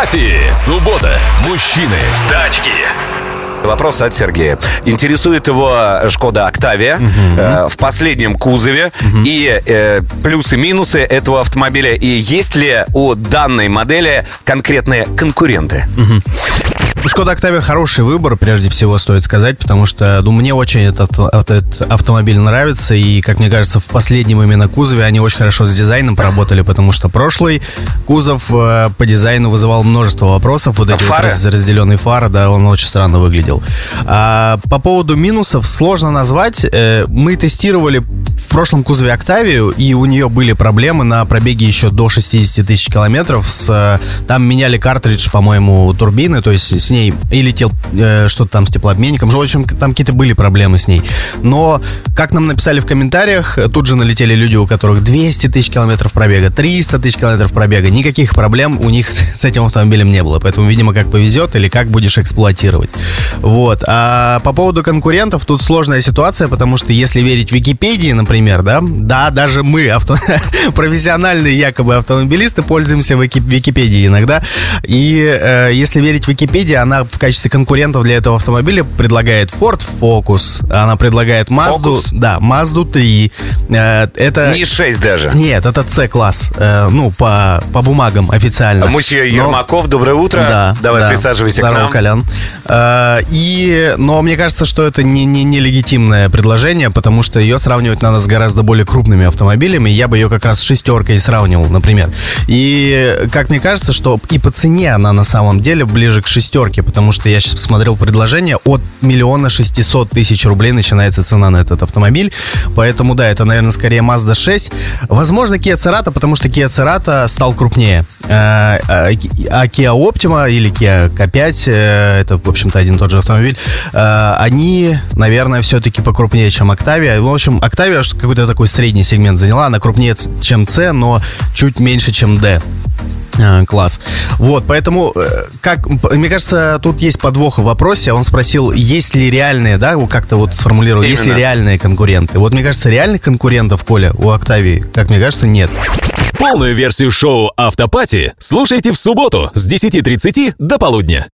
Автопати. Суббота. Мужчины. Тачки. Вопрос от Сергея. Интересует его Шкода Октавия в последнем кузове и плюсы-минусы этого автомобиля. И есть ли у данной модели конкретные конкуренты? Шкода Октавия хороший выбор, прежде всего, стоит сказать, потому что, мне очень этот автомобиль нравится, и, как мне кажется, в последнем именно кузове они очень хорошо с дизайном поработали, потому что прошлый кузов по дизайну вызывал множество вопросов. Вот эти вот разделенные фары, да, он очень странно выглядел. А по поводу минусов сложно назвать. Мы тестировали в прошлом кузове Октавию, и у нее были проблемы на пробеге еще до 60 тысяч километров. Там меняли картридж, по-моему, турбины, то есть с ней и летел что-то там с теплообменником. В общем, там какие-то были проблемы с ней. Но, как нам написали в комментариях, тут же налетели люди, у которых 200 тысяч километров пробега, 300 тысяч километров пробега. Никаких проблем у них с этим автомобилем не было. Поэтому, видимо, как повезет или как будешь эксплуатировать. Вот. А по поводу конкурентов, тут сложная ситуация, потому что если верить Википедии, например, да, даже мы, профессиональные якобы автомобилисты, пользуемся Википедией иногда. И если верить Википедии, она в качестве конкурентов для этого автомобиля предлагает Ford Focus, она предлагает Mazda, Mazda 3. Это не 6 даже. Нет, это C-класс, по бумагам официально. Мусье Ермаков, доброе утро. Да, давай присаживайся к нам. Колян. Но мне кажется, что это не легитимное предложение, потому что ее сравнивать надо с гораздо более крупными автомобилями. Я бы ее как раз с шестеркой сравнивал, например. И как мне кажется, что и по цене она на самом деле ближе к шестерке, потому что я сейчас посмотрел предложение, от 1 600 000 рублей начинается цена на этот автомобиль. Поэтому, да, это, наверное, скорее Mazda 6. Возможно, Kia Cerato, потому что Kia Cerato стал крупнее. А Kia Optima или Kia K5, это, в общем-то, один и тот же автомобиль, они, наверное, все-таки покрупнее, чем Octavia. В общем, Octavia какой-то такой средний сегмент заняла. Она крупнее, чем C, но чуть меньше, чем D. Класс. Вот, поэтому, мне кажется, тут есть подвох в вопросе. Он спросил, есть ли реальные, как-то вот сформулировал, есть ли реальные конкуренты. Вот, мне кажется, реальных конкурентов, Коля, у Октавии, как мне кажется, нет. Полную версию шоу «Автопати» слушайте в субботу с 10:30 до полудня.